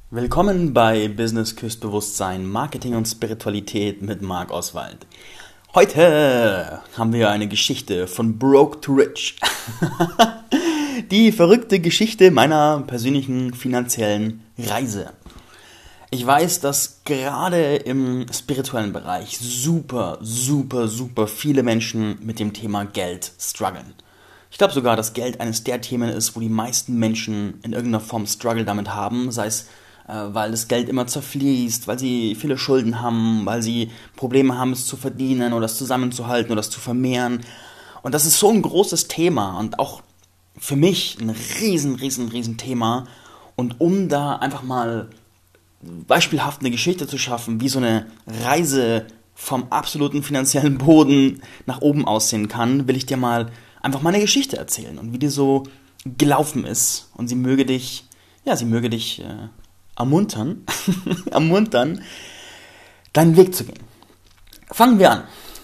Willkommen bei Business küsst Bewusstsein, Marketing und Spiritualität mit Marc Oswald. Heute haben wir eine Geschichte von Broke to Rich. Die verrückte Geschichte meiner persönlichen finanziellen Reise. Ich weiß, dass gerade im spirituellen Bereich super viele Menschen mit dem Thema Geld strugglen. Ich glaube sogar, dass Geld eines der Themen ist, wo die meisten Menschen in irgendeiner Form Struggle damit haben, sei es weil das Geld immer zerfließt, weil sie viele Schulden haben, weil sie Probleme haben, es zu verdienen oder es zusammenzuhalten oder es zu vermehren. Und das ist so ein großes Thema und auch für mich ein riesen Thema. Und um da einfach mal beispielhaft eine Geschichte zu schaffen, wie so eine Reise vom absoluten finanziellen Boden nach oben aussehen kann, will ich dir mal einfach mal eine Geschichte erzählen und wie die so gelaufen ist. Und sie möge dich ermuntern, deinen Weg zu gehen. Fangen wir an.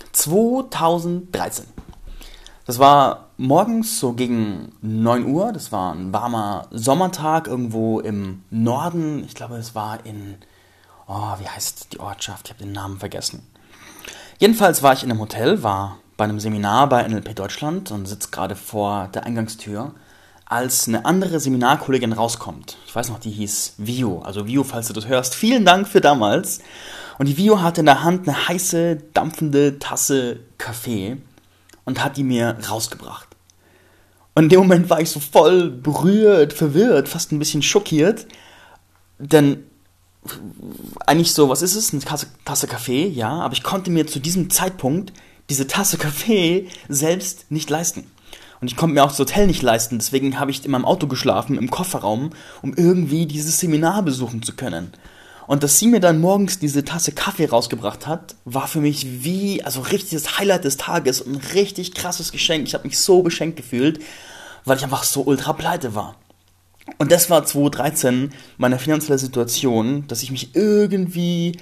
2013. Das war morgens so gegen 9 Uhr. Das war ein warmer Sommertag irgendwo im Norden. Ich glaube, es war wie heißt die Ortschaft? Ich habe den Namen vergessen. Jedenfalls war ich in einem Hotel, war bei einem Seminar bei NLP Deutschland und sitze gerade vor der Eingangstür, als eine andere Seminarkollegin rauskommt. Ich weiß noch, die hieß Vio. Also Vio, falls du das hörst, vielen Dank für damals. Und die Vio hatte in der Hand eine heiße, dampfende Tasse Kaffee und hat die mir rausgebracht. Und in dem Moment war ich so voll berührt, verwirrt, fast ein bisschen schockiert. Denn eigentlich so, was ist es? Eine Tasse Kaffee, ja. Aber ich konnte mir zu diesem Zeitpunkt diese Tasse Kaffee selbst nicht leisten. Und ich konnte mir auch das Hotel nicht leisten, deswegen habe ich in meinem Auto geschlafen, im Kofferraum, um irgendwie dieses Seminar besuchen zu können. Und dass sie mir dann morgens diese Tasse Kaffee rausgebracht hat, war für mich richtig das Highlight des Tages und ein richtig krasses Geschenk. Ich habe mich so beschenkt gefühlt, weil ich einfach so ultra pleite war. Und das war 2013 meine finanzielle Situation, dass ich mich irgendwie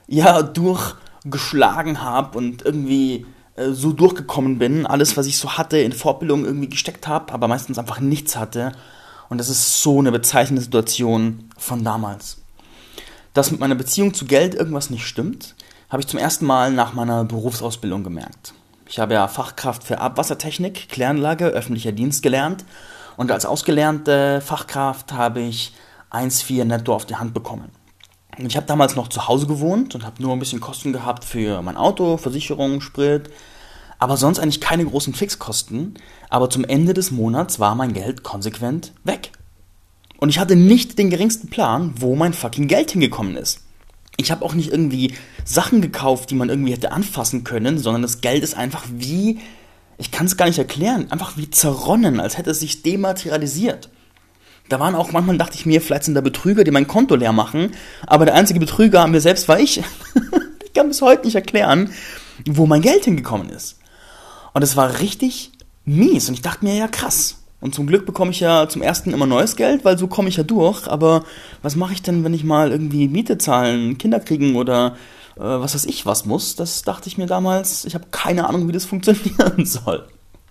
durchgeschlagen habe und irgendwie so durchgekommen bin, alles, was ich so hatte, in Fortbildung irgendwie gesteckt habe, aber meistens einfach nichts hatte. Und das ist so eine bezeichnende Situation von damals. Dass mit meiner Beziehung zu Geld irgendwas nicht stimmt, habe ich zum ersten Mal nach meiner Berufsausbildung gemerkt. Ich habe ja Fachkraft für Abwassertechnik, Kläranlage, öffentlicher Dienst gelernt und als ausgelernte Fachkraft habe ich 1,4 netto auf die Hand bekommen. Und ich habe damals noch zu Hause gewohnt und habe nur ein bisschen Kosten gehabt für mein Auto, Versicherung, Sprit, aber sonst eigentlich keine großen Fixkosten. Aber zum Ende des Monats war mein Geld konsequent weg. Und ich hatte nicht den geringsten Plan, wo mein fucking Geld hingekommen ist. Ich habe auch nicht irgendwie Sachen gekauft, die man irgendwie hätte anfassen können, sondern das Geld ist einfach ich kann es gar nicht erklären, einfach wie zerronnen, als hätte es sich dematerialisiert. Da waren auch manchmal, dachte ich mir, vielleicht sind da Betrüger, die mein Konto leer machen, aber der einzige Betrüger an mir selbst war ich. Ich kann bis heute nicht erklären, wo mein Geld hingekommen ist. Und es war richtig mies und ich dachte mir, ja krass. Und zum Glück bekomme ich ja zum ersten immer neues Geld, weil so komme ich ja durch, aber was mache ich denn, wenn ich mal irgendwie Miete zahlen, Kinder kriegen oder was weiß ich was muss? Das dachte ich mir damals, ich habe keine Ahnung, wie das funktionieren soll.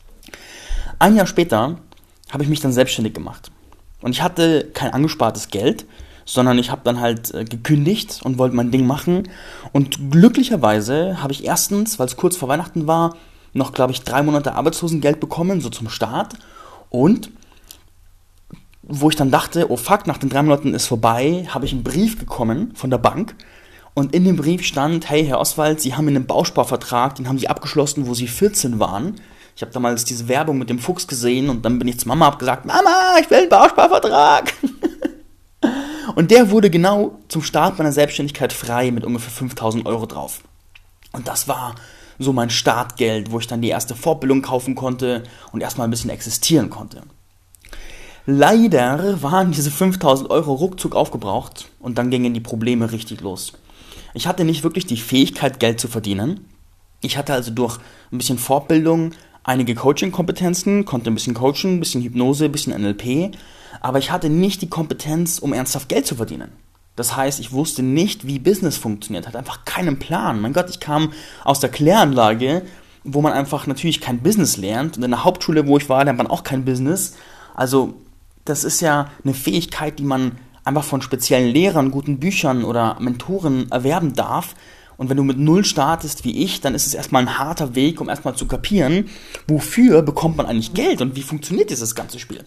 Ein Jahr später habe ich mich dann selbstständig gemacht. Und ich hatte kein angespartes Geld, sondern ich habe dann halt gekündigt und wollte mein Ding machen. Und glücklicherweise habe ich erstens, weil es kurz vor Weihnachten war, noch, glaube ich, 3 Monate Arbeitslosengeld bekommen, so zum Start. Und wo ich dann dachte, oh fuck, nach den 3 Monaten ist vorbei, habe ich einen Brief bekommen von der Bank. Und in dem Brief stand, hey Herr Oswald, Sie haben einen Bausparvertrag, den haben Sie abgeschlossen, wo Sie 14 waren. Ich habe damals diese Werbung mit dem Fuchs gesehen und dann bin ich zu Mama, habe gesagt, Mama, ich will einen Bausparvertrag. Und der wurde genau zum Start meiner Selbstständigkeit frei mit ungefähr 5.000 Euro drauf. Und das war so mein Startgeld, wo ich dann die erste Fortbildung kaufen konnte und erstmal ein bisschen existieren konnte. Leider waren diese 5.000 Euro ruckzuck aufgebraucht und dann gingen die Probleme richtig los. Ich hatte nicht wirklich die Fähigkeit, Geld zu verdienen. Ich hatte also durch ein bisschen Fortbildung einige Coaching-Kompetenzen, konnte ein bisschen coachen, ein bisschen Hypnose, ein bisschen NLP, aber ich hatte nicht die Kompetenz, um ernsthaft Geld zu verdienen. Das heißt, ich wusste nicht, wie Business funktioniert, hatte einfach keinen Plan. Mein Gott, ich kam aus der Kläranlage, wo man einfach natürlich kein Business lernt und in der Hauptschule, wo ich war, lernt man auch kein Business. Also das ist ja eine Fähigkeit, die man einfach von speziellen Lehrern, guten Büchern oder Mentoren erwerben darf. Und wenn du mit Null startest wie ich, dann ist es erstmal ein harter Weg, um erstmal zu kapieren, wofür bekommt man eigentlich Geld und wie funktioniert dieses ganze Spiel.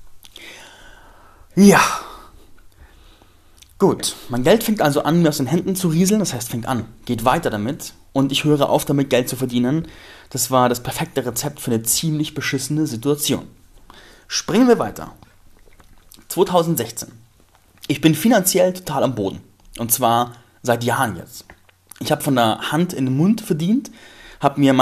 Ja, gut. Mein Geld fängt also an, mir aus den Händen zu rieseln, das heißt, fängt an, geht weiter damit und ich höre auf, damit Geld zu verdienen. Das war das perfekte Rezept für eine ziemlich beschissene Situation. Springen wir weiter. 2016. Ich bin finanziell total am Boden. Und zwar seit Jahren jetzt. Ich habe von der Hand in den Mund verdient, habe mir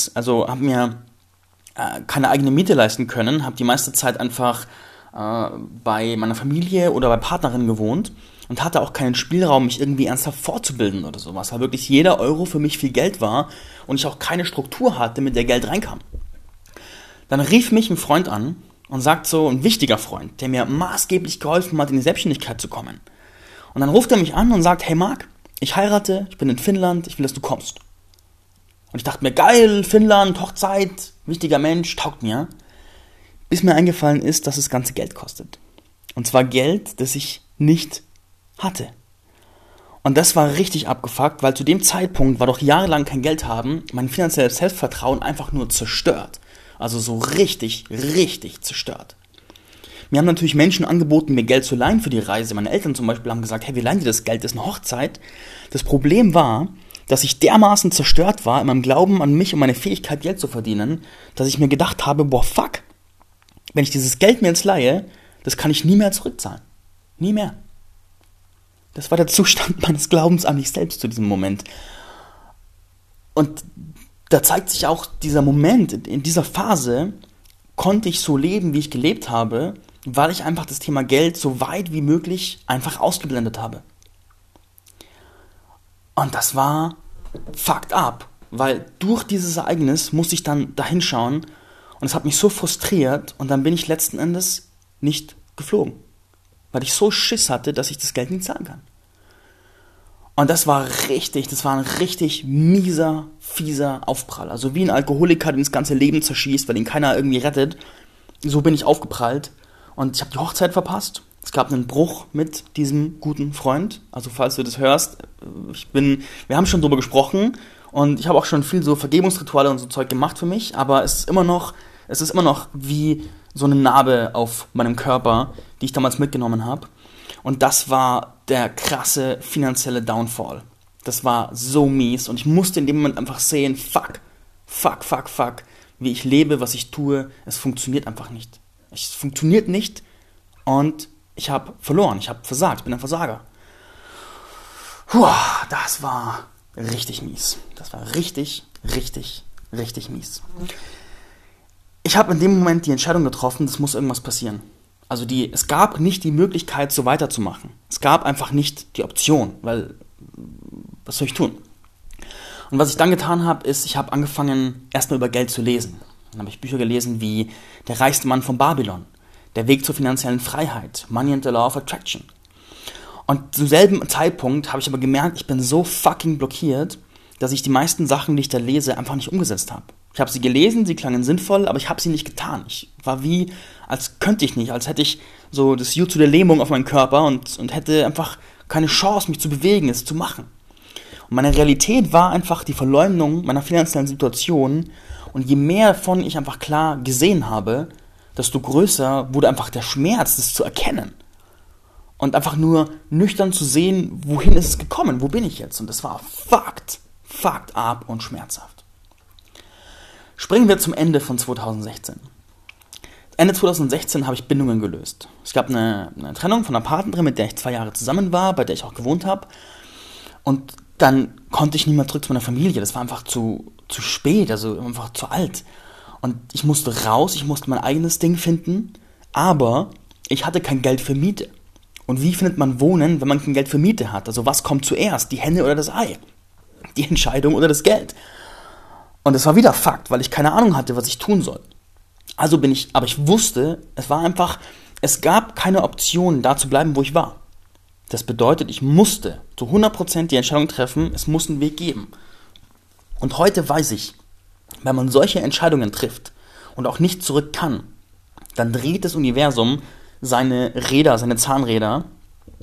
keine eigene Miete leisten können, habe die meiste Zeit einfach bei meiner Familie oder bei Partnerinnen gewohnt und hatte auch keinen Spielraum, mich irgendwie ernsthaft fortzubilden oder sowas, weil wirklich jeder Euro für mich viel Geld war und ich auch keine Struktur hatte, mit der Geld reinkam. Dann rief mich ein Freund an und sagt so, ein wichtiger Freund, der mir maßgeblich geholfen hat, in die Selbstständigkeit zu kommen. Und dann ruft er mich an und sagt, hey Marc, ich heirate, ich bin in Finnland, ich will, dass du kommst. Und ich dachte mir, geil, Finnland, Hochzeit, wichtiger Mensch, taugt mir. Bis mir eingefallen ist, dass das ganze Geld kostet. Und zwar Geld, das ich nicht hatte. Und das war richtig abgefuckt, weil zu dem Zeitpunkt war doch jahrelang kein Geld haben, mein finanzielles Selbstvertrauen einfach nur zerstört. Also so richtig, richtig zerstört. Mir haben natürlich Menschen angeboten, mir Geld zu leihen für die Reise. Meine Eltern zum Beispiel haben gesagt, hey, wir leihen dir das Geld, das ist eine Hochzeit. Das Problem war, dass ich dermaßen zerstört war in meinem Glauben an mich und meine Fähigkeit, Geld zu verdienen, dass ich mir gedacht habe, boah, fuck, wenn ich dieses Geld mir jetzt leihe, das kann ich nie mehr zurückzahlen. Nie mehr. Das war der Zustand meines Glaubens an mich selbst zu diesem Moment. Und da zeigt sich auch dieser Moment, in dieser Phase konnte ich so leben, wie ich gelebt habe, weil ich einfach das Thema Geld so weit wie möglich einfach ausgeblendet habe. Und das war fucked up, weil durch dieses Ereignis musste ich dann dahin schauen und es hat mich so frustriert und dann bin ich letzten Endes nicht geflogen, weil ich so Schiss hatte, dass ich das Geld nicht zahlen kann. Und das war ein richtig mieser, fieser Aufprall. Also wie ein Alkoholiker, den das ganze Leben zerschießt, weil ihn keiner irgendwie rettet. So bin ich aufgeprallt und ich habe die Hochzeit verpasst. Es gab einen Bruch mit diesem guten Freund. Also falls du das hörst, wir haben schon drüber gesprochen und ich habe auch schon viel so Vergebungsrituale und so Zeug gemacht für mich, aber es ist immer noch wie so eine Narbe auf meinem Körper, die ich damals mitgenommen habe. Und das war der krasse finanzielle Downfall. Das war so mies und ich musste in dem Moment einfach sehen, fuck, wie ich lebe, was ich tue, es funktioniert einfach nicht. Es funktioniert nicht und ich habe verloren, ich habe versagt, ich bin ein Versager. Das war richtig mies. Das war richtig mies. Ich habe in dem Moment die Entscheidung getroffen, es muss irgendwas passieren. Also es gab nicht die Möglichkeit, so weiterzumachen. Es gab einfach nicht die Option, weil, was soll ich tun? Und was ich dann getan habe, ist, ich habe angefangen, erstmal über Geld zu lesen. Dann habe ich Bücher gelesen wie Der reichste Mann von Babylon, Der Weg zur finanziellen Freiheit, Money and the Law of Attraction. Und zum selben Zeitpunkt habe ich aber gemerkt, ich bin so fucking blockiert, dass ich die meisten Sachen, die ich da lese, einfach nicht umgesetzt habe. Ich habe sie gelesen, sie klangen sinnvoll, aber ich habe sie nicht getan. Ich war wie, als könnte ich nicht, als hätte ich so das Jutsu der Lähmung auf meinem Körper und hätte einfach keine Chance, mich zu bewegen, es zu machen. Und meine Realität war einfach die Verleumdung meiner finanziellen Situation und je mehr davon ich einfach klar gesehen habe, desto größer wurde einfach der Schmerz, das zu erkennen. Und einfach nur nüchtern zu sehen, wohin ist es gekommen, wo bin ich jetzt? Und das war fucked up und schmerzhaft. Springen wir zum Ende von 2016. Ende 2016 habe ich Bindungen gelöst. Es gab eine Trennung von einer Partnerin, mit der ich 2 Jahre zusammen war, bei der ich auch gewohnt habe. Und dann konnte ich nicht mehr zurück zu meiner Familie. Das war einfach zu spät, also einfach zu alt. Und ich musste raus, ich musste mein eigenes Ding finden, aber ich hatte kein Geld für Miete. Und wie findet man Wohnen, wenn man kein Geld für Miete hat? Also was kommt zuerst, die Henne oder das Ei? Die Entscheidung oder das Geld? Und es war wieder Fakt, weil ich keine Ahnung hatte, was ich tun soll. Aber ich wusste, es gab keine Option, da zu bleiben, wo ich war. Das bedeutet, ich musste zu 100% die Entscheidung treffen, es muss einen Weg geben. Und heute weiß ich, wenn man solche Entscheidungen trifft und auch nicht zurück kann, dann dreht das Universum seine Zahnräder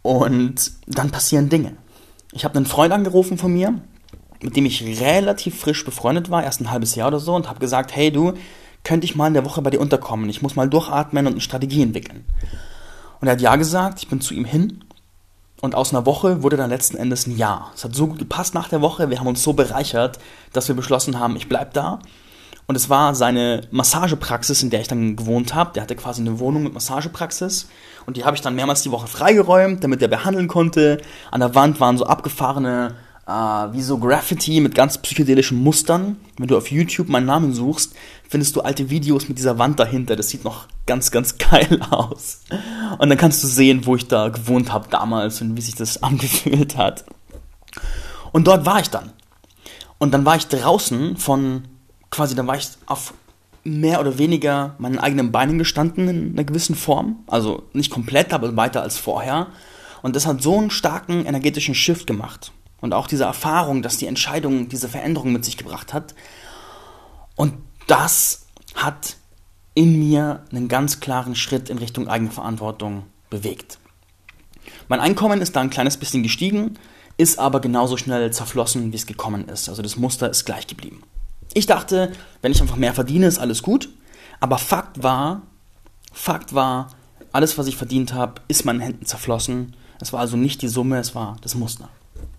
Und dann passieren Dinge. Ich habe einen Freund angerufen von mir, mit dem ich relativ frisch befreundet war, erst ein halbes Jahr oder so, und habe gesagt, hey du, könnte ich mal in der Woche bei dir unterkommen? Ich muss mal durchatmen und eine Strategie entwickeln. Und er hat ja gesagt, ich bin zu ihm hin. Und aus einer Woche wurde dann letzten Endes ein Jahr. Es hat so gut gepasst nach der Woche, wir haben uns so bereichert, dass wir beschlossen haben, ich bleib da. Und es war seine Massagepraxis, in der ich dann gewohnt habe. Der hatte quasi eine Wohnung mit Massagepraxis. Und die habe ich dann mehrmals die Woche freigeräumt, damit er behandeln konnte. An der Wand waren so abgefahrene, wie so Graffiti mit ganz psychedelischen Mustern. Wenn du auf YouTube meinen Namen suchst, findest du alte Videos mit dieser Wand dahinter. Das sieht noch ganz, ganz geil aus. Und dann kannst du sehen, wo ich da gewohnt habe damals und wie sich das angefühlt hat. Und dort war ich dann. Und dann war ich draußen dann war ich auf mehr oder weniger meinen eigenen Beinen gestanden in einer gewissen Form. Also nicht komplett, aber weiter als vorher. Und das hat so einen starken energetischen Shift gemacht. Und auch diese Erfahrung, dass die Entscheidung diese Veränderung mit sich gebracht hat. Und das hat in mir einen ganz klaren Schritt in Richtung Eigenverantwortung bewegt. Mein Einkommen ist da ein kleines bisschen gestiegen, ist aber genauso schnell zerflossen, wie es gekommen ist. Also das Muster ist gleich geblieben. Ich dachte, wenn ich einfach mehr verdiene, ist alles gut. Aber Fakt war, alles, was ich verdient habe, ist meinen Händen zerflossen. Es war also nicht die Summe, es war das Muster.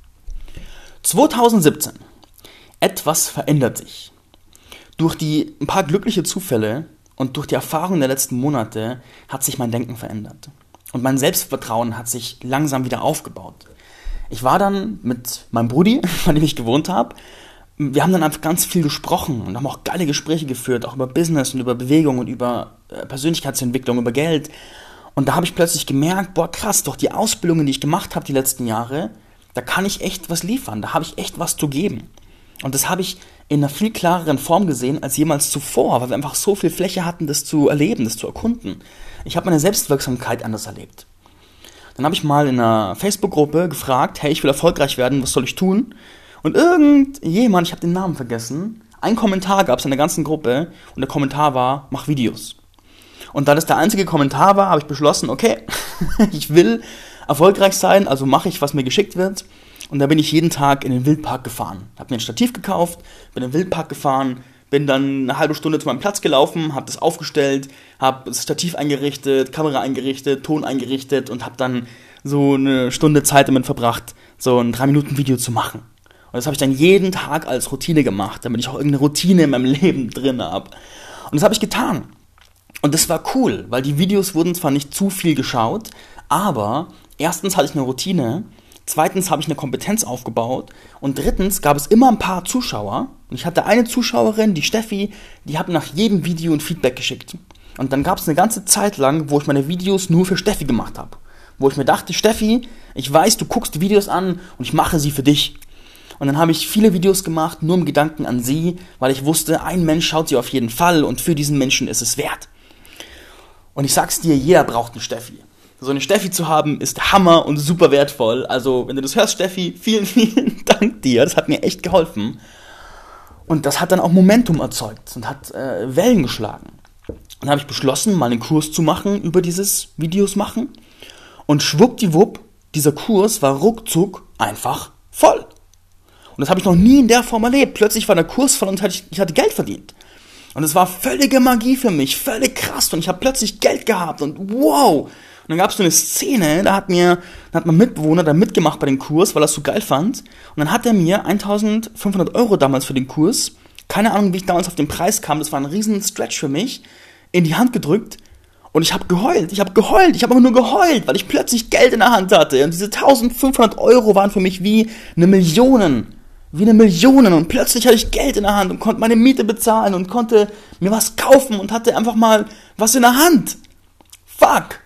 2017. Etwas verändert sich. Durch ein paar glückliche Zufälle und durch die Erfahrung der letzten Monate hat sich mein Denken verändert. Und mein Selbstvertrauen hat sich langsam wieder aufgebaut. Ich war dann mit meinem Brudi, bei dem ich gewohnt habe. Wir haben dann einfach ganz viel gesprochen und haben auch geile Gespräche geführt, auch über Business und über Bewegung und über Persönlichkeitsentwicklung, über Geld. Und da habe ich plötzlich gemerkt, boah krass, doch die Ausbildungen, die ich gemacht habe die letzten Jahre, da kann ich echt was liefern, da habe ich echt was zu geben. Und das habe ich in einer viel klareren Form gesehen als jemals zuvor, weil wir einfach so viel Fläche hatten, das zu erleben, das zu erkunden. Ich habe meine Selbstwirksamkeit anders erlebt. Dann habe ich mal in einer Facebook-Gruppe gefragt, hey, ich will erfolgreich werden, was soll ich tun? Und irgendjemand, ich habe den Namen vergessen, einen Kommentar gab es in der ganzen Gruppe und der Kommentar war, mach Videos. Und da das der einzige Kommentar war, habe ich beschlossen, okay, ich will erfolgreich sein, also mache ich, was mir geschickt wird. Und da bin ich jeden Tag in den Wildpark gefahren. Habe mir ein Stativ gekauft, bin in den Wildpark gefahren, bin dann eine halbe Stunde zu meinem Platz gelaufen, habe das aufgestellt, habe das Stativ eingerichtet, Kamera eingerichtet, Ton eingerichtet und habe dann so eine Stunde Zeit damit verbracht, so ein 3-Minuten-Video zu machen. Und das habe ich dann jeden Tag als Routine gemacht, damit ich auch irgendeine Routine in meinem Leben drin habe. Und das habe ich getan. Und das war cool, weil die Videos wurden zwar nicht zu viel geschaut, aber erstens hatte ich eine Routine, zweitens habe ich eine Kompetenz aufgebaut und drittens gab es immer ein paar Zuschauer. Und ich hatte eine Zuschauerin, die Steffi, die hat mir nach jedem Video ein Feedback geschickt. Und dann gab es eine ganze Zeit lang, wo ich meine Videos nur für Steffi gemacht habe. Wo ich mir dachte, Steffi, ich weiß, du guckst die Videos an und ich mache sie für dich. Und dann habe ich viele Videos gemacht, nur im Gedanken an sie, weil ich wusste, ein Mensch schaut sie auf jeden Fall und für diesen Menschen ist es wert. Und ich sag's dir, jeder braucht eine Steffi. So eine Steffi zu haben, ist Hammer und super wertvoll. Also, wenn du das hörst, Steffi, vielen, vielen Dank dir. Das hat mir echt geholfen. Und das hat dann auch Momentum erzeugt und hat Wellen geschlagen. Und dann habe ich beschlossen, mal einen Kurs zu machen über dieses Videos machen. Und schwuppdiwupp, dieser Kurs war ruckzuck einfach voll. Und das habe ich noch nie in der Form erlebt. Plötzlich war der Kurs voll und ich hatte Geld verdient. Und es war völlige Magie für mich, völlig krass. Und ich habe plötzlich Geld gehabt und wow. Und dann gab es so eine Szene, da hat mein Mitbewohner da mitgemacht bei dem Kurs, weil er es so geil fand. Und dann hat er mir 1.500 € damals für den Kurs, keine Ahnung, wie ich damals auf den Preis kam, das war ein riesen Stretch für mich, in die Hand gedrückt. Und ich habe geheult, ich habe aber nur geheult, weil ich plötzlich Geld in der Hand hatte. Und diese 1.500 € waren für mich wie eine Million. Und plötzlich hatte ich Geld in der Hand und konnte meine Miete bezahlen und konnte mir was kaufen und hatte einfach mal was in der Hand. Fuck.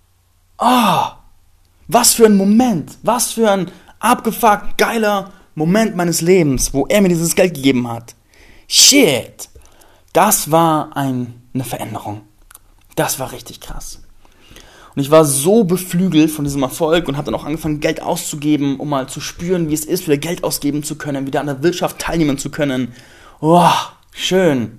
Was für ein Moment, was für ein abgefuckt geiler Moment meines Lebens, wo er mir dieses Geld gegeben hat. Shit. Das war eine Veränderung. Das war richtig krass. Und ich war so beflügelt von diesem Erfolg und habe dann auch angefangen, Geld auszugeben, um mal zu spüren, wie es ist, wieder Geld ausgeben zu können, wieder an der Wirtschaft teilnehmen zu können. Oh, schön.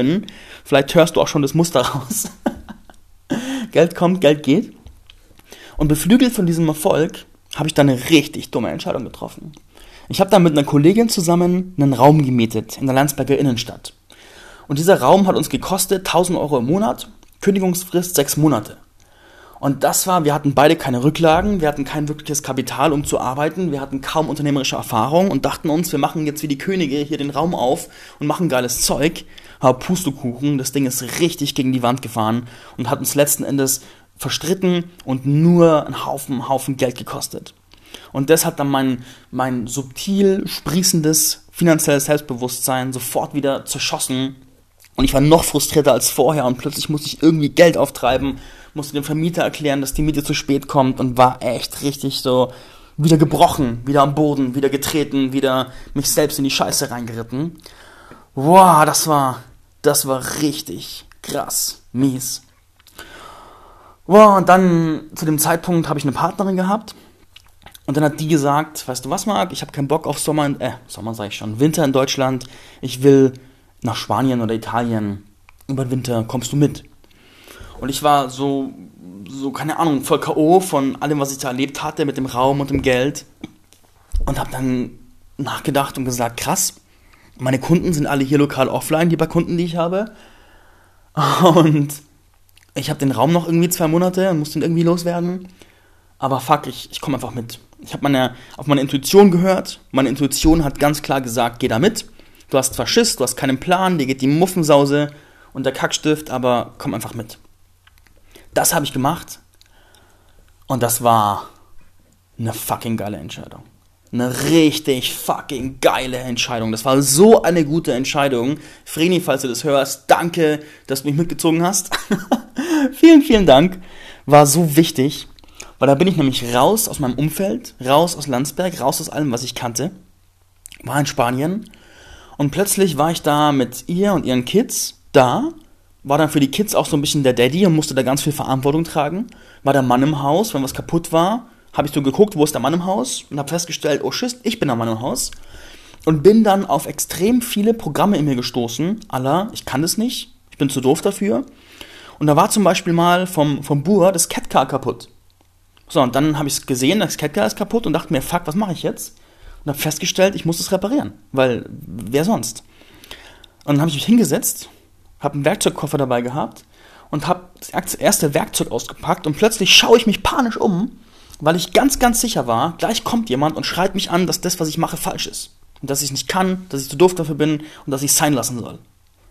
Vielleicht hörst du auch schon das Muster raus. Geld kommt, Geld geht. Und beflügelt von diesem Erfolg habe ich dann eine richtig dumme Entscheidung getroffen. Ich habe dann mit einer Kollegin zusammen einen Raum gemietet in der Landsberger Innenstadt. Und dieser Raum hat uns gekostet 1.000 Euro im Monat, Kündigungsfrist 6 Monate. Und wir hatten beide keine Rücklagen, wir hatten kein wirkliches Kapital, um zu arbeiten, wir hatten kaum unternehmerische Erfahrung und dachten uns, wir machen jetzt wie die Könige hier den Raum auf und machen geiles Zeug. Aber Pustekuchen, das Ding ist richtig gegen die Wand gefahren und hat uns letzten Endes verstritten und nur einen Haufen Geld gekostet. Und das hat dann mein subtil sprießendes finanzielles Selbstbewusstsein sofort wieder zerschossen. Und ich war noch frustrierter als vorher und plötzlich musste ich irgendwie Geld auftreiben, musste dem Vermieter erklären, dass die Miete zu spät kommt und war echt richtig so wieder gebrochen, wieder am Boden, wieder getreten, wieder mich selbst in die Scheiße reingeritten. Wow, das war richtig krass, mies. Wow, und dann zu dem Zeitpunkt habe ich eine Partnerin gehabt und dann hat die gesagt, weißt du was, Marc, ich habe keinen Bock auf Winter in Deutschland, ich will nach Spanien oder Italien, über den Winter kommst du mit. Und ich war so, keine Ahnung, voll K.O. von allem, was ich da erlebt hatte, mit dem Raum und dem Geld. Und habe dann nachgedacht und gesagt, krass, meine Kunden sind alle hier lokal offline, die paar Kunden, die ich habe. Und ich habe den Raum noch irgendwie 2 Monate und muss den irgendwie loswerden. Aber fuck, ich komme einfach mit. Ich habe auf meine Intuition gehört. Meine Intuition hat ganz klar gesagt, geh da mit. Du hast zwar Schiss, du hast keinen Plan, dir geht die Muffensause und der Kackstift, aber komm einfach mit. Das habe ich gemacht und das war eine fucking geile Entscheidung. Eine richtig fucking geile Entscheidung. Das war so eine gute Entscheidung. Vreni, falls du das hörst, danke, dass du mich mitgezogen hast. Vielen, vielen Dank. War so wichtig, weil da bin ich nämlich raus aus meinem Umfeld, raus aus Landsberg, raus aus allem, was ich kannte. War in Spanien. Und plötzlich war ich da mit ihr und ihren Kids da, war dann für die Kids auch so ein bisschen der Daddy und musste da ganz viel Verantwortung tragen. War der Mann im Haus, wenn was kaputt war, habe ich so geguckt, wo ist der Mann im Haus und habe festgestellt, oh shit, ich bin der Mann im Haus. Und bin dann auf extrem viele Programme in mir gestoßen, ich kann das nicht, ich bin zu doof dafür. Und da war zum Beispiel mal vom Bur das Catcar kaputt. So, und dann habe ich es gesehen, das Catcar ist kaputt und dachte mir, fuck, was mache ich jetzt? Und habe festgestellt, ich muss es reparieren, weil wer sonst? Und dann habe ich mich hingesetzt, habe einen Werkzeugkoffer dabei gehabt und habe das erste Werkzeug ausgepackt und plötzlich schaue ich mich panisch um, weil ich ganz, ganz sicher war, gleich kommt jemand und schreit mich an, dass das, was ich mache, falsch ist. Und dass ich es nicht kann, dass ich zu doof dafür bin und dass ich es sein lassen soll.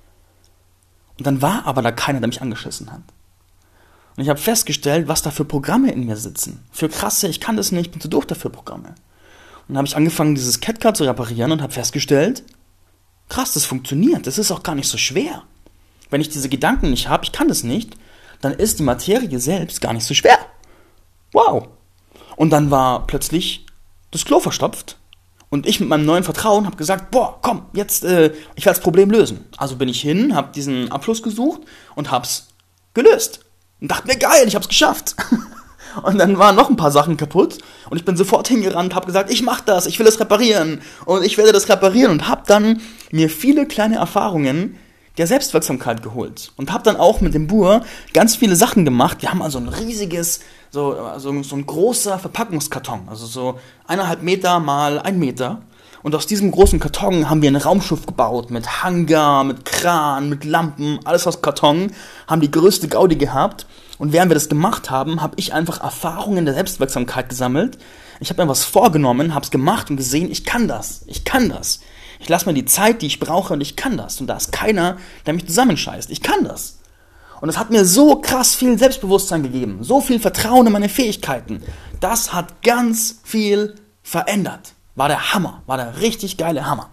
Und dann war aber da keiner, der mich angeschissen hat. Und ich habe festgestellt, was da für Programme in mir sitzen. Für krasse, ich kann das nicht, ich bin zu doof dafür Programme. Und dann habe ich angefangen, dieses Catcar zu reparieren und habe festgestellt, krass, das funktioniert, das ist auch gar nicht so schwer. Wenn ich diese Gedanken nicht habe, ich kann das nicht, dann ist die Materie selbst gar nicht so schwer. Wow. Und dann war plötzlich das Klo verstopft und ich mit meinem neuen Vertrauen habe gesagt, boah, komm, jetzt, ich werde das Problem lösen. Also bin ich hin, habe diesen Abfluss gesucht und hab's gelöst. Und dachte mir, geil, ich hab's geschafft. Und dann waren noch ein paar Sachen kaputt und ich bin sofort hingerannt, habe gesagt, ich mach das, ich will das reparieren und ich werde das reparieren und habe dann mir viele kleine Erfahrungen der Selbstwirksamkeit geholt und habe dann auch mit dem Bur ganz viele Sachen gemacht. Wir haben also ein riesiges, so ein großer Verpackungskarton, also so 1,5 Meter mal 1 Meter. Und aus diesem großen Karton haben wir ein Raumschiff gebaut mit Hangar, mit Kran, mit Lampen, alles aus Karton, haben die größte Gaudi gehabt. Und während wir das gemacht haben, habe ich einfach Erfahrungen der Selbstwirksamkeit gesammelt. Ich habe mir was vorgenommen, habe es gemacht und gesehen, ich kann das. Ich lasse mir die Zeit, die ich brauche und ich kann das. Und da ist keiner, der mich zusammenscheißt. Ich kann das. Und es hat mir so krass viel Selbstbewusstsein gegeben, so viel Vertrauen in meine Fähigkeiten. Das hat ganz viel verändert. War der Hammer, war der richtig geile Hammer.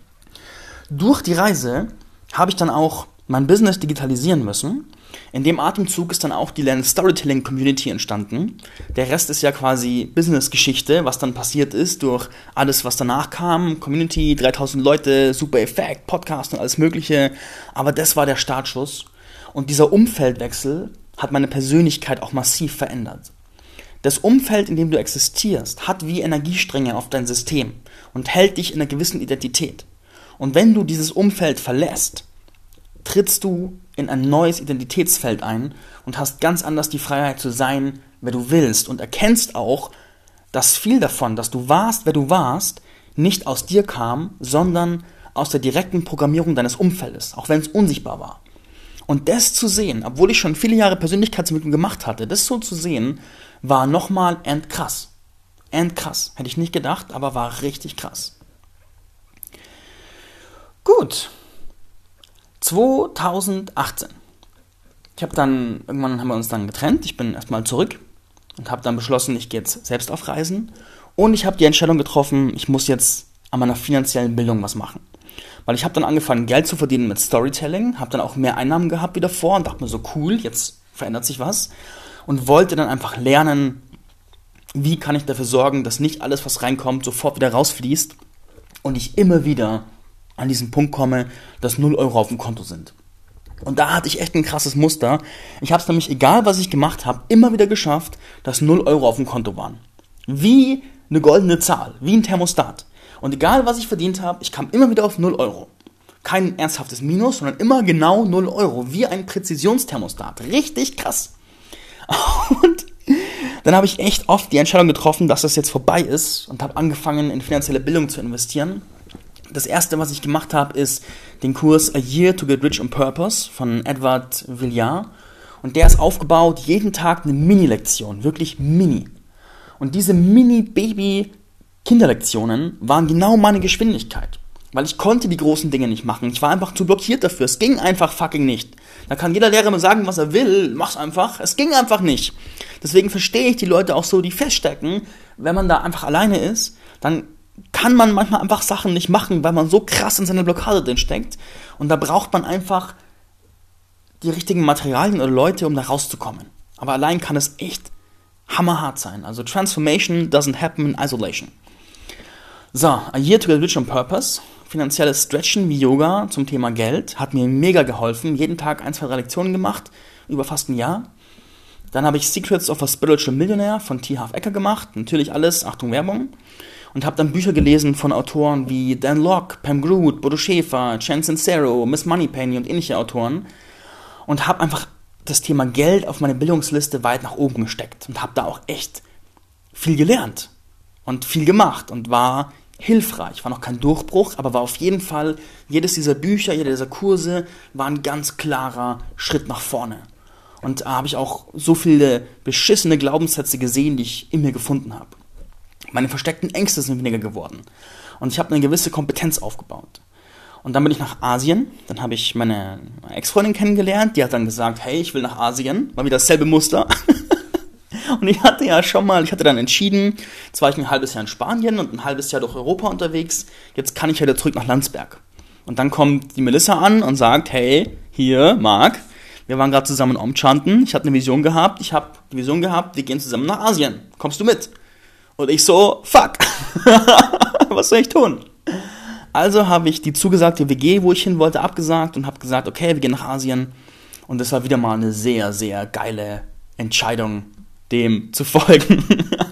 Durch die Reise habe ich dann auch mein Business digitalisieren müssen. In dem Atemzug ist dann auch die Lern Storytelling Community entstanden. Der Rest ist ja quasi Business-Geschichte, was dann passiert ist durch alles, was danach kam. Community, 3000 Leute, super Effekt, Podcast und alles mögliche. Aber das war der Startschuss. Und dieser Umfeldwechsel hat meine Persönlichkeit auch massiv verändert. Das Umfeld, in dem du existierst, hat wie Energiestränge auf dein System und hält dich in einer gewissen Identität. Und wenn du dieses Umfeld verlässt, trittst du in ein neues Identitätsfeld ein und hast ganz anders die Freiheit zu sein, wer du willst und erkennst auch, dass viel davon, dass du warst, wer du warst, nicht aus dir kam, sondern aus der direkten Programmierung deines Umfeldes, auch wenn es unsichtbar war. Und das zu sehen, obwohl ich schon viele Jahre Persönlichkeitsentwicklung gemacht hatte, das so zu sehen, war nochmal endkrass. Endkrass. Hätte ich nicht gedacht, aber war richtig krass. Gut. 2018. Irgendwann haben wir uns dann getrennt. Ich bin erstmal zurück und habe dann beschlossen, ich gehe jetzt selbst auf Reisen. Und ich habe die Entscheidung getroffen, ich muss jetzt an meiner finanziellen Bildung was machen. Weil ich habe dann angefangen, Geld zu verdienen mit Storytelling, habe dann auch mehr Einnahmen gehabt wie davor und dachte mir so, cool, jetzt verändert sich was. Und wollte dann einfach lernen, wie kann ich dafür sorgen, dass nicht alles, was reinkommt, sofort wieder rausfließt und ich immer wieder an diesen Punkt komme, dass 0 Euro auf dem Konto sind. Und da hatte ich echt ein krasses Muster. Ich habe es nämlich, egal was ich gemacht habe, immer wieder geschafft, dass 0 Euro auf dem Konto waren. Wie eine goldene Zahl, wie ein Thermostat. Und egal was ich verdient habe, ich kam immer wieder auf 0 Euro. Kein ernsthaftes Minus, sondern immer genau 0 Euro, wie ein Präzisionsthermostat. Richtig krass. Und dann habe ich echt oft die Entscheidung getroffen, dass das jetzt vorbei ist und habe angefangen, in finanzielle Bildung zu investieren. Das erste, was ich gemacht habe, ist den Kurs A Year to Get Rich on Purpose von Edward Villard. Und der ist aufgebaut, jeden Tag eine Mini-Lektion, wirklich mini. Und diese Mini-Baby-Kinderlektionen waren genau meine Geschwindigkeit. Weil ich konnte die großen Dinge nicht machen. Ich war einfach zu blockiert dafür. Es ging einfach fucking nicht. Da kann jeder Lehrer mir sagen, was er will. Mach's einfach. Es ging einfach nicht. Deswegen verstehe ich die Leute auch so, die feststecken. Wenn man da einfach alleine ist, dann kann man manchmal einfach Sachen nicht machen, weil man so krass in seiner Blockade drin steckt. Und da braucht man einfach die richtigen Materialien oder Leute, um da rauszukommen. Aber allein kann es echt hammerhart sein. Also Transformation doesn't happen in isolation. So, A Year to Get Rich on Purpose. Finanzielles Stretchen wie Yoga zum Thema Geld hat mir mega geholfen. Jeden Tag 1, 2, 3 Lektionen gemacht, über fast ein Jahr. Dann habe ich Secrets of a Spiritual Millionaire von T. Harv Eker gemacht. Natürlich alles, Achtung Werbung. Und habe dann Bücher gelesen von Autoren wie Dan Lok, Pam Groot, Bodo Schäfer, Chen Sincero, Miss Moneypenny und ähnliche Autoren. Und habe einfach das Thema Geld auf meine Bildungsliste weit nach oben gesteckt. Und habe da auch echt viel gelernt und viel gemacht und war hilfreich. War noch kein Durchbruch, aber war auf jeden Fall, jedes dieser Bücher, jeder dieser Kurse war ein ganz klarer Schritt nach vorne. Und da habe ich auch so viele beschissene Glaubenssätze gesehen, die ich in mir gefunden habe. Meine versteckten Ängste sind weniger geworden. Und ich habe eine gewisse Kompetenz aufgebaut. Und dann bin ich nach Asien. Dann habe ich meine Ex-Freundin kennengelernt. Die hat dann gesagt, hey, ich will nach Asien. War wieder dasselbe Muster. Und ich hatte dann entschieden, jetzt war ich ein halbes Jahr in Spanien und ein halbes Jahr durch Europa unterwegs. Jetzt kann ich wieder zurück nach Landsberg. Und dann kommt die Melissa an und sagt, hey, hier, Marc, wir waren gerade zusammen umchanten. Ich hatte eine Vision gehabt. Ich habe die Vision gehabt, wir gehen zusammen nach Asien. Kommst du mit? Und ich so, fuck, was soll ich tun? Also habe ich die zugesagte WG, wo ich hin wollte, abgesagt und habe gesagt, okay, wir gehen nach Asien. Und das war wieder mal eine sehr, sehr geile Entscheidung, dem zu folgen.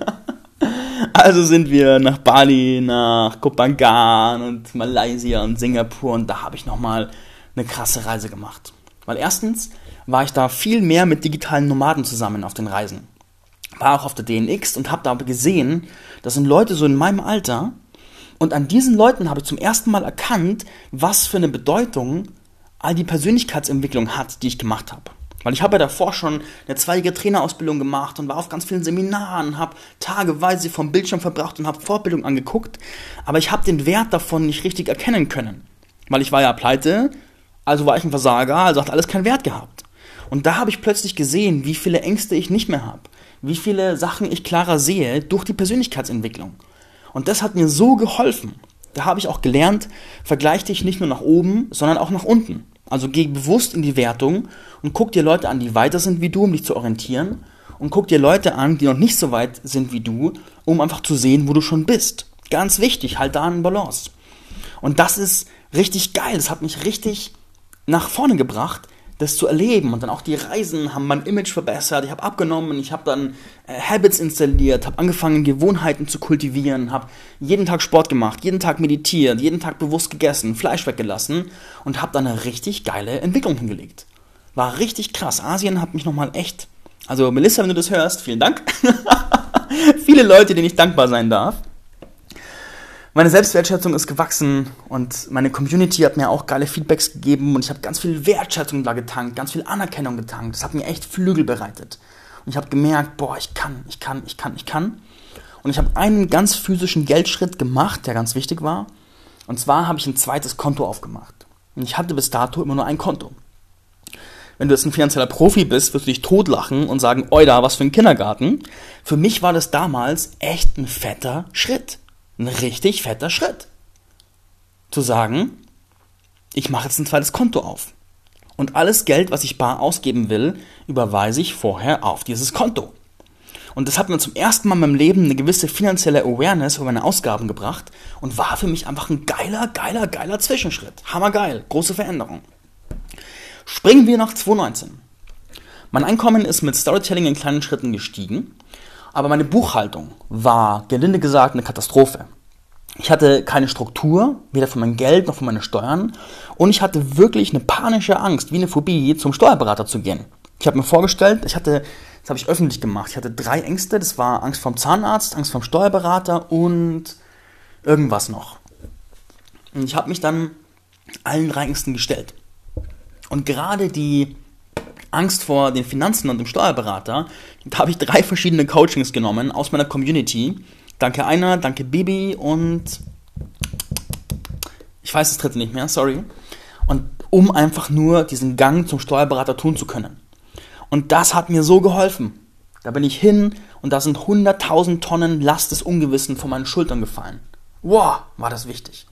Also sind wir nach Bali, nach Koh Phangan und Malaysia und Singapur und da habe ich nochmal eine krasse Reise gemacht. Weil erstens war ich da viel mehr mit digitalen Nomaden zusammen auf den Reisen. War auch auf der DNX und habe da gesehen, das sind Leute so in meinem Alter und an diesen Leuten habe ich zum ersten Mal erkannt, was für eine Bedeutung all die Persönlichkeitsentwicklung hat, die ich gemacht habe. Weil ich habe ja davor schon eine 2-jährige Trainerausbildung gemacht und war auf ganz vielen Seminaren, habe tageweise vom Bildschirm verbracht und habe Fortbildung angeguckt, aber ich habe den Wert davon nicht richtig erkennen können. Weil ich war ja pleite, also war ich ein Versager, also hat alles keinen Wert gehabt. Und da habe ich plötzlich gesehen, wie viele Ängste ich nicht mehr habe, wie viele Sachen ich klarer sehe durch die Persönlichkeitsentwicklung. Und das hat mir so geholfen. Da habe ich auch gelernt, vergleich dich nicht nur nach oben, sondern auch nach unten. Also geh bewusst in die Wertung und guck dir Leute an, die weiter sind wie du, um dich zu orientieren. Und guck dir Leute an, die noch nicht so weit sind wie du, um einfach zu sehen, wo du schon bist. Ganz wichtig, halt da eine Balance. Und das ist richtig geil. Das hat mich richtig nach vorne gebracht, das zu erleben. Und dann auch die Reisen haben mein Image verbessert. Ich habe abgenommen, ich habe dann Habits installiert, habe angefangen, Gewohnheiten zu kultivieren, habe jeden Tag Sport gemacht, jeden Tag meditiert, jeden Tag bewusst gegessen, Fleisch weggelassen und habe dann eine richtig geile Entwicklung hingelegt. War richtig krass. Asien hat mich nochmal echt Also Melissa, wenn du das hörst, vielen Dank. Viele Leute, denen ich dankbar sein darf. Meine Selbstwertschätzung ist gewachsen und meine Community hat mir auch geile Feedbacks gegeben und ich habe ganz viel Wertschätzung da getankt, ganz viel Anerkennung getankt. Das hat mir echt Flügel bereitet. Und ich habe gemerkt, boah, ich kann. Und ich habe einen ganz physischen Geldschritt gemacht, der ganz wichtig war. Und zwar habe ich ein zweites Konto aufgemacht. Und ich hatte bis dato immer nur ein Konto. Wenn du jetzt ein finanzieller Profi bist, wirst du dich totlachen und sagen, oida, was für ein Kindergarten. Für mich war das damals echt ein fetter Schritt. Ein richtig fetter Schritt. Zu sagen, ich mache jetzt ein zweites Konto auf. Und alles Geld, was ich bar ausgeben will, überweise ich vorher auf dieses Konto. Und das hat mir zum ersten Mal in meinem Leben eine gewisse finanzielle Awareness über meine Ausgaben gebracht und war für mich einfach ein geiler Zwischenschritt. Hammergeil, große Veränderung. Springen wir nach 2019. Mein Einkommen ist mit Storytelling in kleinen Schritten gestiegen, aber meine Buchhaltung war, gelinde gesagt, eine Katastrophe. Ich hatte keine Struktur, weder für mein Geld noch für meine Steuern, und ich hatte wirklich eine panische Angst, wie eine Phobie, zum Steuerberater zu gehen. Ich habe mir vorgestellt, das habe ich öffentlich gemacht, ich hatte 3 Ängste, das war Angst vom Zahnarzt, Angst vom Steuerberater und irgendwas noch. Und ich habe mich dann allen 3 Ängsten gestellt. Und gerade die Angst vor den Finanzen und dem Steuerberater, da habe ich 3 verschiedene Coachings genommen aus meiner Community. Danke Einer, danke Bibi und ich weiß das dritte nicht mehr, sorry. Und um einfach nur diesen Gang zum Steuerberater tun zu können. Und das hat mir so geholfen. Da bin ich hin und da sind 100.000 Tonnen Last des Ungewissen von meinen Schultern gefallen. Wow, war das wichtig.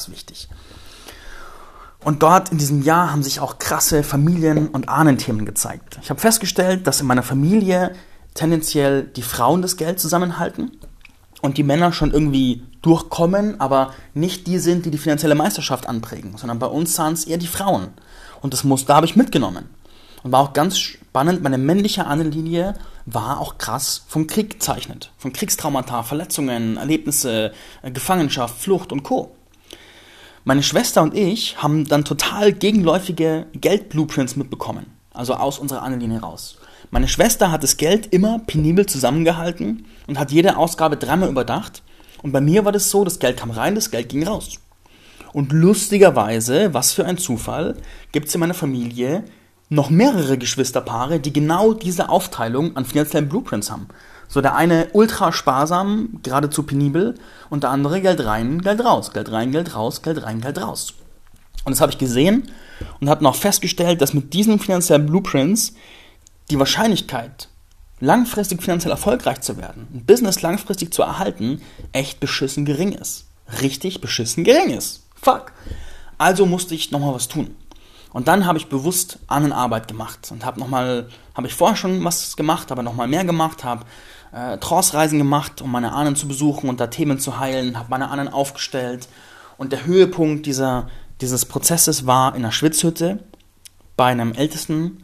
Und dort in diesem Jahr haben sich auch krasse Familien- und Ahnenthemen gezeigt. Ich habe festgestellt, dass in meiner Familie tendenziell die Frauen das Geld zusammenhalten und die Männer schon irgendwie durchkommen, aber nicht die sind, die die finanzielle Meisterschaft anprägen, sondern bei uns sahen es eher die Frauen. Und das Muster habe ich mitgenommen. Und war auch ganz spannend, meine männliche Ahnenlinie war auch krass vom Krieg gezeichnet. Von Kriegstraumata, Verletzungen, Erlebnisse, Gefangenschaft, Flucht und Co. Meine Schwester und ich haben dann total gegenläufige Geldblueprints mitbekommen. Also aus unserer Ahnenlinie raus. Meine Schwester hat das Geld immer penibel zusammengehalten und hat jede Ausgabe 3-mal überdacht. Und bei mir war das so, das Geld kam rein, das Geld ging raus. Und lustigerweise, was für ein Zufall, gibt es in meiner Familie noch mehrere Geschwisterpaare, die genau diese Aufteilung an finanziellen Blueprints haben. So der eine ultra sparsam, geradezu penibel und der andere Geld rein, Geld raus, Geld rein, Geld raus, Geld rein, Geld raus. Und das habe ich gesehen und habe noch festgestellt, dass mit diesen finanziellen Blueprints die Wahrscheinlichkeit, langfristig finanziell erfolgreich zu werden, ein Business langfristig zu erhalten, echt beschissen gering ist. Richtig beschissen gering ist. Fuck. Also musste ich nochmal was tun. Und dann habe ich bewusst Ahnenarbeit gemacht und habe ich vorher schon was gemacht, aber nochmal mehr gemacht, habe Trance-Reisen gemacht, um meine Ahnen zu besuchen und da Themen zu heilen, habe meine Ahnen aufgestellt. Und der Höhepunkt dieses Prozesses war in einer Schwitzhütte bei einem Ältesten.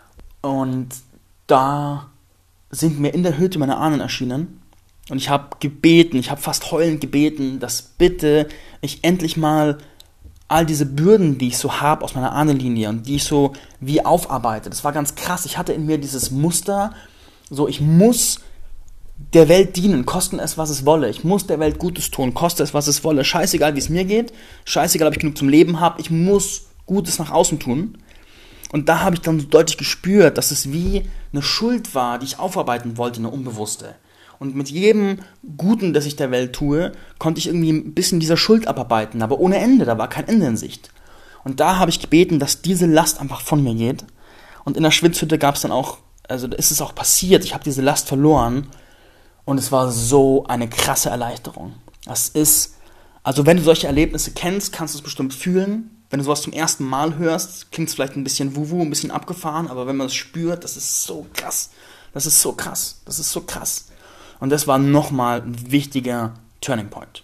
Und da sind mir in der Hütte meine Ahnen erschienen. Und ich habe fast heulend gebeten, dass bitte ich endlich mal all diese Bürden, die ich so habe aus meiner Ahnenlinie und die ich so wie aufarbeite. Das war ganz krass. Ich hatte in mir dieses Muster, so ich muss der Welt dienen, kosten es, was es wolle. Ich muss der Welt Gutes tun, koste es, was es wolle. Scheißegal, wie es mir geht. Scheißegal, ob ich genug zum Leben habe. Ich muss Gutes nach außen tun. Und da habe ich dann so deutlich gespürt, dass es wie eine Schuld war, die ich aufarbeiten wollte, eine unbewusste. Und mit jedem Guten, das ich der Welt tue, konnte ich irgendwie ein bisschen dieser Schuld abarbeiten, aber ohne Ende, da war kein Ende in Sicht. Und da habe ich gebeten, dass diese Last einfach von mir geht. Und in der Schwitzhütte gab es dann auch, also ist es auch passiert, ich habe diese Last verloren und es war so eine krasse Erleichterung. Das ist, also wenn du solche Erlebnisse kennst, kannst du es bestimmt fühlen. Wenn du sowas zum ersten Mal hörst, klingt es vielleicht ein bisschen wuhu, ein bisschen abgefahren, aber wenn man es spürt, das ist so krass. Das ist so krass. Und das war nochmal ein wichtiger Turning Point.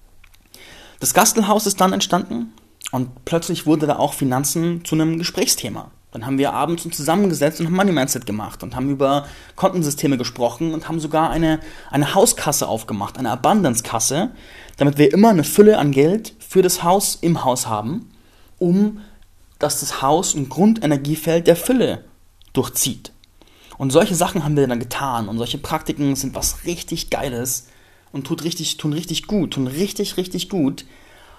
Das Gastelhaus ist dann entstanden und plötzlich wurde da auch Finanzen zu einem Gesprächsthema. Dann haben wir abends uns zusammengesetzt und haben Money Mindset gemacht und haben über Kontensysteme gesprochen und haben sogar eine Hauskasse aufgemacht, eine Abundance-Kasse, damit wir immer eine Fülle an Geld für das Haus im Haus haben, dass das Haus ein Grundenergiefeld der Fülle durchzieht. Und solche Sachen haben wir dann getan und solche Praktiken sind was richtig Geiles und tun richtig gut,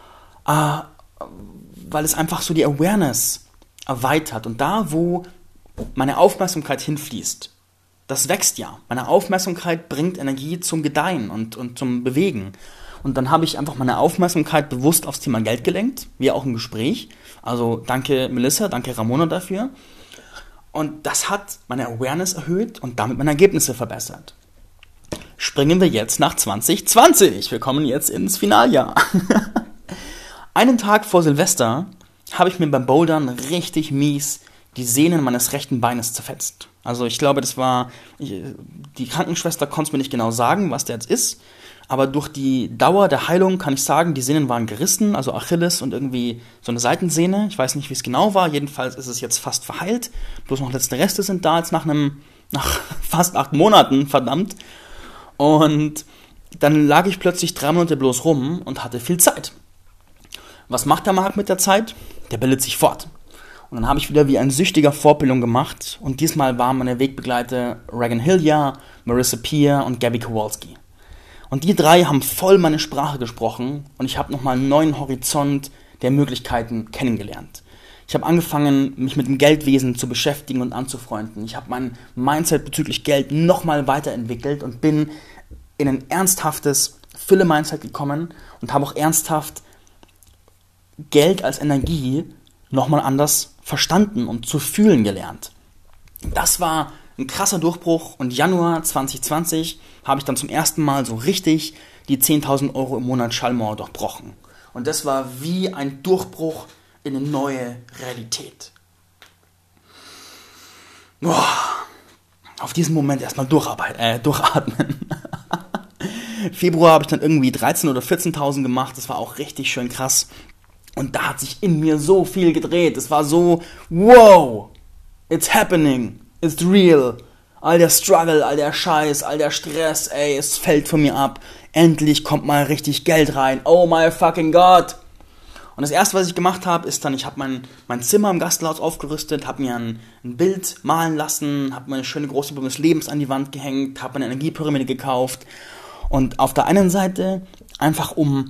weil es einfach so die Awareness erweitert. Und da, wo meine Aufmerksamkeit hinfließt, das wächst ja. Meine Aufmerksamkeit bringt Energie zum Gedeihen und zum Bewegen. Und dann habe ich einfach meine Aufmerksamkeit bewusst aufs Thema Geld gelenkt, wie auch im Gespräch. Also danke Melissa, danke Ramona dafür. Und das hat meine Awareness erhöht und damit meine Ergebnisse verbessert. Springen wir jetzt nach 2020. Wir kommen jetzt ins Finaljahr. Einen Tag vor Silvester habe ich mir beim Bouldern richtig mies die Sehnen meines rechten Beines zerfetzt. Also ich glaube, die Krankenschwester konnte es mir nicht genau sagen, was der jetzt ist. Aber durch die Dauer der Heilung kann ich sagen, die Sehnen waren gerissen, also Achilles und irgendwie so eine Seitensehne. Ich weiß nicht, wie es genau war. Jedenfalls ist es jetzt fast verheilt. Bloß noch letzte Reste sind da, jetzt nach fast 8 Monaten, verdammt. Und dann lag ich plötzlich 3 Monate bloß rum und hatte viel Zeit. Was macht der Markt mit der Zeit? Der bildet sich fort. Und dann habe ich wieder wie ein Süchtiger Fortbildung gemacht. Und diesmal waren meine Wegbegleiter Regan Hillier, Marissa Peer und Gabby Kowalski. Und die 3 haben voll meine Sprache gesprochen und ich habe nochmal einen neuen Horizont der Möglichkeiten kennengelernt. Ich habe angefangen, mich mit dem Geldwesen zu beschäftigen und anzufreunden. Ich habe mein Mindset bezüglich Geld nochmal weiterentwickelt und bin in ein ernsthaftes Fülle-Mindset gekommen und habe auch ernsthaft Geld als Energie nochmal anders verstanden und zu fühlen gelernt. Das war ein krasser Durchbruch und Januar 2020 habe ich dann zum ersten Mal so richtig die 10.000 Euro im Monat Schallmauer durchbrochen. Und das war wie ein Durchbruch in eine neue Realität. Auf diesen Moment erstmal durchatmen. Februar habe ich dann irgendwie 13.000 oder 14.000 gemacht, das war auch richtig schön krass. Und da hat sich in mir so viel gedreht, es war so, wow, it's happening. Ist real. All der Struggle, all der Scheiß, all der Stress, ey, es fällt von mir ab. Endlich kommt mal richtig Geld rein. Oh my fucking God. Und das erste, was ich gemacht habe, ist dann, ich habe mein Zimmer im Gasthaus aufgerüstet, habe mir ein Bild malen lassen, habe meine schöne große Blume des Lebens an die Wand gehängt, habe eine Energiepyramide gekauft. Und auf der einen Seite einfach um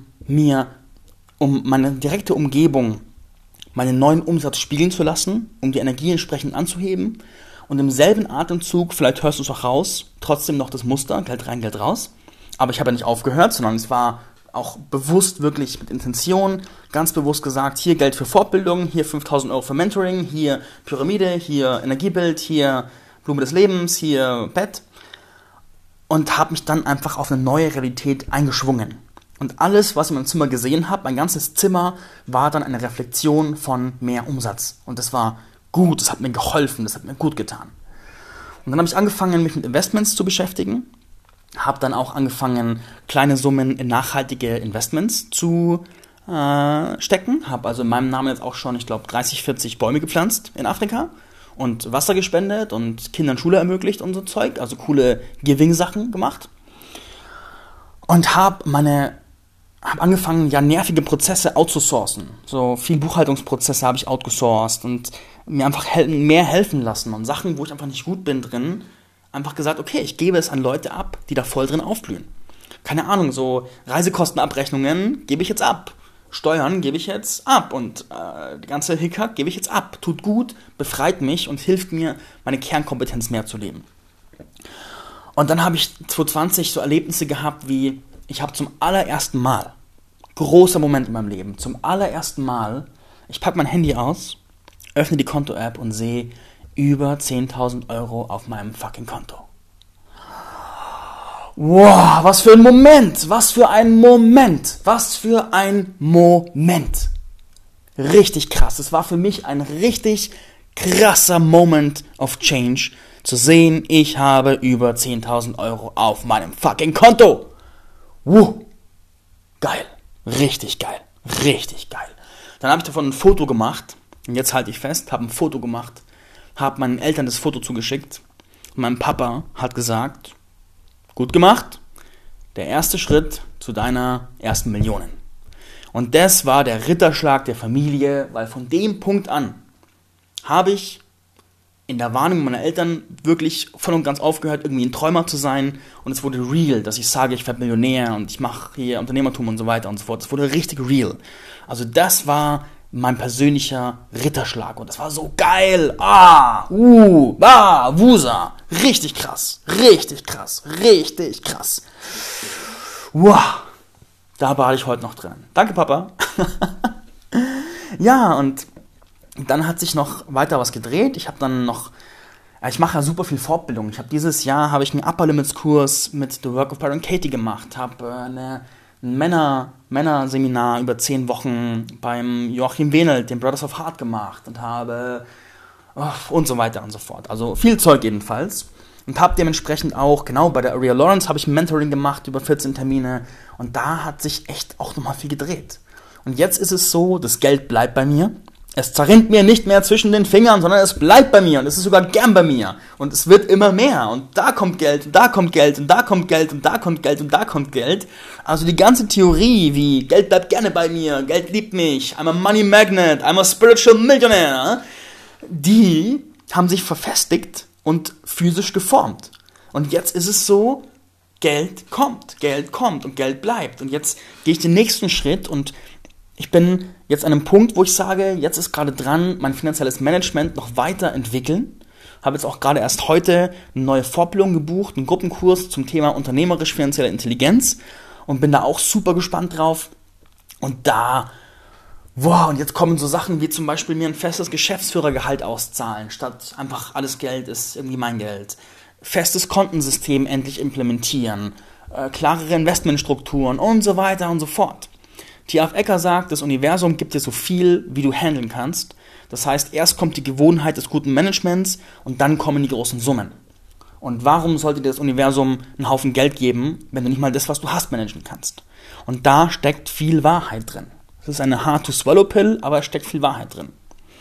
meine direkte Umgebung meinen neuen Umsatz spiegeln zu lassen, um die Energie entsprechend anzuheben. Und im selben Atemzug, vielleicht hörst du es auch raus, trotzdem noch das Muster, Geld rein, Geld raus. Aber ich habe ja nicht aufgehört, sondern es war auch bewusst, wirklich mit Intention, ganz bewusst gesagt, hier Geld für Fortbildung, hier 5.000 Euro für Mentoring, hier Pyramide, hier Energiebild, hier Blume des Lebens, hier Bett. Und habe mich dann einfach auf eine neue Realität eingeschwungen. Und alles, was ich in meinem Zimmer gesehen habe, mein ganzes Zimmer, war dann eine Reflexion von mehr Umsatz. Und das war gut, das hat mir geholfen, das hat mir gut getan. Und dann habe ich angefangen, mich mit Investments zu beschäftigen. Habe dann auch angefangen, kleine Summen in nachhaltige Investments zu stecken. Habe also in meinem Namen jetzt auch schon, ich glaube, 30, 40 Bäume gepflanzt in Afrika und Wasser gespendet und Kindern Schule ermöglicht und so Zeug. Also coole Giving-Sachen gemacht. Und habe angefangen, ja, nervige Prozesse outzusourcen. So viel Buchhaltungsprozesse habe ich outgesourced und mir einfach mehr helfen lassen. Und Sachen, wo ich einfach nicht gut bin drin, einfach gesagt, okay, ich gebe es an Leute ab, die da voll drin aufblühen. Keine Ahnung, so Reisekostenabrechnungen gebe ich jetzt ab. Steuern gebe ich jetzt ab. Und die ganze Hickhack gebe ich jetzt ab. Tut gut, befreit mich und hilft mir, meine Kernkompetenz mehr zu leben. Und dann habe ich 2020 so Erlebnisse gehabt, wie ich habe zum allerersten Mal, großer Moment in meinem Leben, zum allerersten Mal, ich packe mein Handy aus, öffne die Konto-App und sehe über 10.000 Euro auf meinem fucking Konto. Wow, was für ein Moment, was für ein Moment, was für ein Moment. Richtig krass, es war für mich ein richtig krasser Moment of Change, zu sehen, ich habe über 10.000 Euro auf meinem fucking Konto. Geil, richtig geil, richtig geil. Dann habe ich davon ein Foto gemacht, und jetzt halte ich fest, habe ein Foto gemacht, habe meinen Eltern das Foto zugeschickt. Mein Papa hat gesagt, gut gemacht, der erste Schritt zu deiner ersten Millionen. Und das war der Ritterschlag der Familie, weil von dem Punkt an habe ich in der Wahrnehmung meiner Eltern wirklich voll und ganz aufgehört, irgendwie ein Träumer zu sein. Und es wurde real, dass ich sage, ich werde Millionär und ich mache hier Unternehmertum und so weiter und so fort. Es wurde richtig real. Also das war mein persönlicher Ritterschlag. Und das war so geil. Wusa. Richtig krass. Richtig krass. Richtig krass. Wow. Da bade ich heute noch drin. Danke, Papa. Ja, und dann hat sich noch weiter was gedreht. Ich mache ja super viel Fortbildung. Dieses Jahr habe ich einen Upper Limits Kurs mit The Work of Byron Katie gemacht, habe ein Männerseminar über 10 Wochen beim Joachim Wenelt, dem Brothers of Heart gemacht und habe und so weiter und so fort. Also viel Zeug jedenfalls. Und habe dementsprechend auch, genau, bei der Aria Lawrence habe ich ein Mentoring gemacht über 14 Termine und da hat sich echt auch nochmal viel gedreht. Und jetzt ist es so, das Geld bleibt bei mir. Es zerrinnt mir nicht mehr zwischen den Fingern, sondern es bleibt bei mir und es ist sogar gern bei mir. Und es wird immer mehr. Und da kommt Geld, und da kommt Geld, und da kommt Geld, und da kommt Geld, und da kommt Geld. Also die ganze Theorie wie Geld bleibt gerne bei mir, Geld liebt mich, I'm a money magnet, I'm a spiritual millionaire, die haben sich verfestigt und physisch geformt. Und jetzt ist es so, Geld kommt und Geld bleibt. Und jetzt gehe ich den nächsten Schritt und ich bin jetzt an einem Punkt, wo ich sage, jetzt ist gerade dran, mein finanzielles Management noch weiterentwickeln. Habe jetzt auch gerade erst heute eine neue Fortbildung gebucht, einen Gruppenkurs zum Thema unternehmerisch-finanzielle Intelligenz und bin da auch super gespannt drauf. Und und jetzt kommen so Sachen wie zum Beispiel mir ein festes Geschäftsführergehalt auszahlen, statt einfach alles Geld ist irgendwie mein Geld. Festes Kontensystem endlich implementieren, klarere Investmentstrukturen und so weiter und so fort. T.Harv Eker sagt, das Universum gibt dir so viel, wie du handeln kannst. Das heißt, erst kommt die Gewohnheit des guten Managements und dann kommen die großen Summen. Und warum sollte dir das Universum einen Haufen Geld geben, wenn du nicht mal das, was du hast, managen kannst? Und da steckt viel Wahrheit drin. Es ist eine Hard-to-Swallow-Pill, aber es steckt viel Wahrheit drin.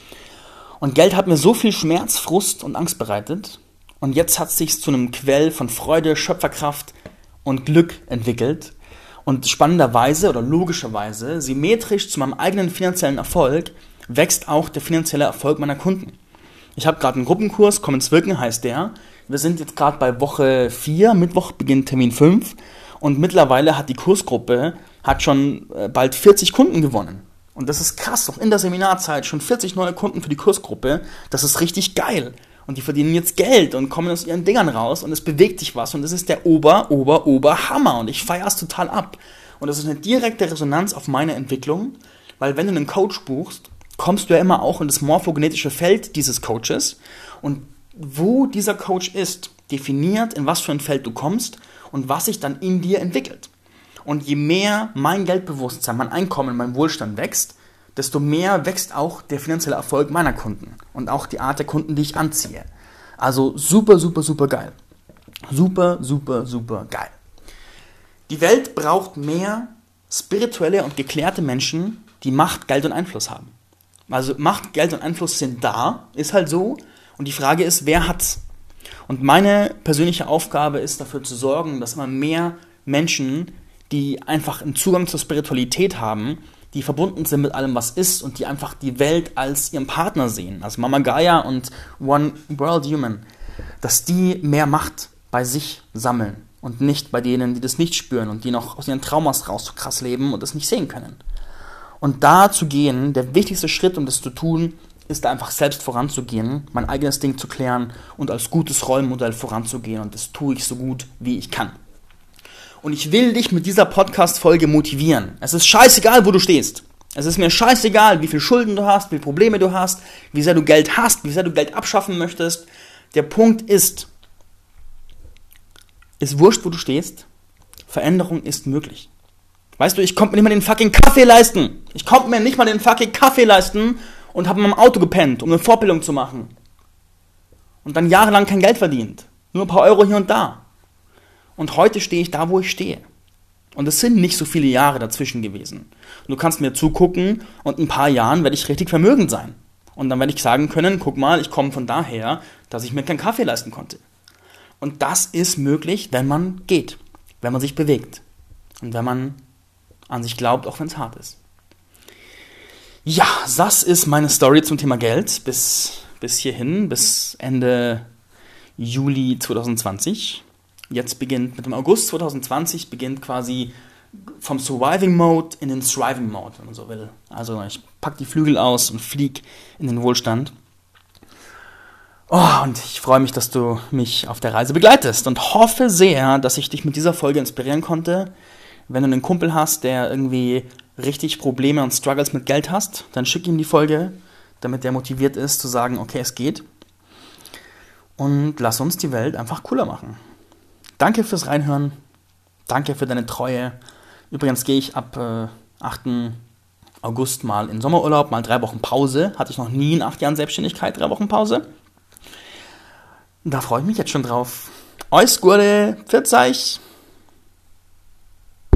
Und Geld hat mir so viel Schmerz, Frust und Angst bereitet. Und jetzt hat es sich zu einem Quell von Freude, Schöpferkraft und Glück entwickelt. Und spannenderweise oder logischerweise, symmetrisch zu meinem eigenen finanziellen Erfolg, wächst auch der finanzielle Erfolg meiner Kunden. Ich habe gerade einen Gruppenkurs, Komm ins Wirken heißt der. Wir sind jetzt gerade bei Woche 4, Mittwoch beginnt Termin 5. Und mittlerweile hat die Kursgruppe schon bald 40 Kunden gewonnen. Und das ist krass, auch in der Seminarzeit schon 40 neue Kunden für die Kursgruppe. Das ist richtig geil. Und die verdienen jetzt Geld und kommen aus ihren Dingern raus und es bewegt sich was. Und das ist der Oberhammer. Und ich feiere es total ab. Und das ist eine direkte Resonanz auf meine Entwicklung, weil wenn du einen Coach buchst, kommst du ja immer auch in das morphogenetische Feld dieses Coaches. Und wo dieser Coach ist, definiert, in was für ein Feld du kommst und was sich dann in dir entwickelt. Und je mehr mein Geldbewusstsein, mein Einkommen, mein Wohlstand wächst, desto mehr wächst auch der finanzielle Erfolg meiner Kunden und auch die Art der Kunden, die ich anziehe. Also super, super, super geil. Super, super, super geil. Die Welt braucht mehr spirituelle und geklärte Menschen, die Macht, Geld und Einfluss haben. Also Macht, Geld und Einfluss sind da, ist halt so. Und die Frage ist, wer hat's? Und meine persönliche Aufgabe ist, dafür zu sorgen, dass immer mehr Menschen, die einfach einen Zugang zur Spiritualität haben, die verbunden sind mit allem, was ist und die einfach die Welt als ihren Partner sehen, also Mama Gaia und One World Human, dass die mehr Macht bei sich sammeln und nicht bei denen, die das nicht spüren und die noch aus ihren Traumas raus so krass leben und das nicht sehen können. Und da zu gehen, der wichtigste Schritt, um das zu tun, ist da einfach selbst voranzugehen, mein eigenes Ding zu klären und als gutes Rollenmodell voranzugehen und das tue ich so gut, wie ich kann. Und ich will dich mit dieser Podcast-Folge motivieren. Es ist scheißegal, wo du stehst. Es ist mir scheißegal, wie viel Schulden du hast, wie viele Probleme du hast, wie sehr du Geld hast, wie sehr du Geld abschaffen möchtest. Der Punkt ist wurscht, wo du stehst. Veränderung ist möglich. Weißt du, ich konnte mir nicht mal den fucking Kaffee leisten. Und habe in meinem Auto gepennt, um eine Fortbildung zu machen. Und dann jahrelang kein Geld verdient. Nur ein paar Euro hier und da. Und heute stehe ich da, wo ich stehe. Und es sind nicht so viele Jahre dazwischen gewesen. Und du kannst mir zugucken und in ein paar Jahren werde ich richtig vermögend sein. Und dann werde ich sagen können, guck mal, ich komme von daher, dass ich mir keinen Kaffee leisten konnte. Und das ist möglich, wenn man geht, wenn man sich bewegt und wenn man an sich glaubt, auch wenn es hart ist. Ja, das ist meine Story zum Thema Geld bis bis hierhin, bis Ende Juli 2020. Jetzt beginnt mit dem August 2020 beginnt quasi vom Surviving Mode in den Thriving Mode, wenn man so will. Also ich packe die Flügel aus und fliege in den Wohlstand. Oh, und ich freue mich, dass du mich auf der Reise begleitest und hoffe sehr, dass ich dich mit dieser Folge inspirieren konnte. Wenn du einen Kumpel hast, der irgendwie richtig Probleme und Struggles mit Geld hast, dann schick ihm die Folge, damit der motiviert ist zu sagen, okay, es geht. Und lass uns die Welt einfach cooler machen. Danke fürs Reinhören. Danke für deine Treue. Übrigens gehe ich ab 8. August mal in Sommerurlaub, mal 3 Wochen Pause. Hatte ich noch nie in 8 Jahren Selbstständigkeit, 3 Wochen Pause. Da freue ich mich jetzt schon drauf. Alles Gute, pfiat euch!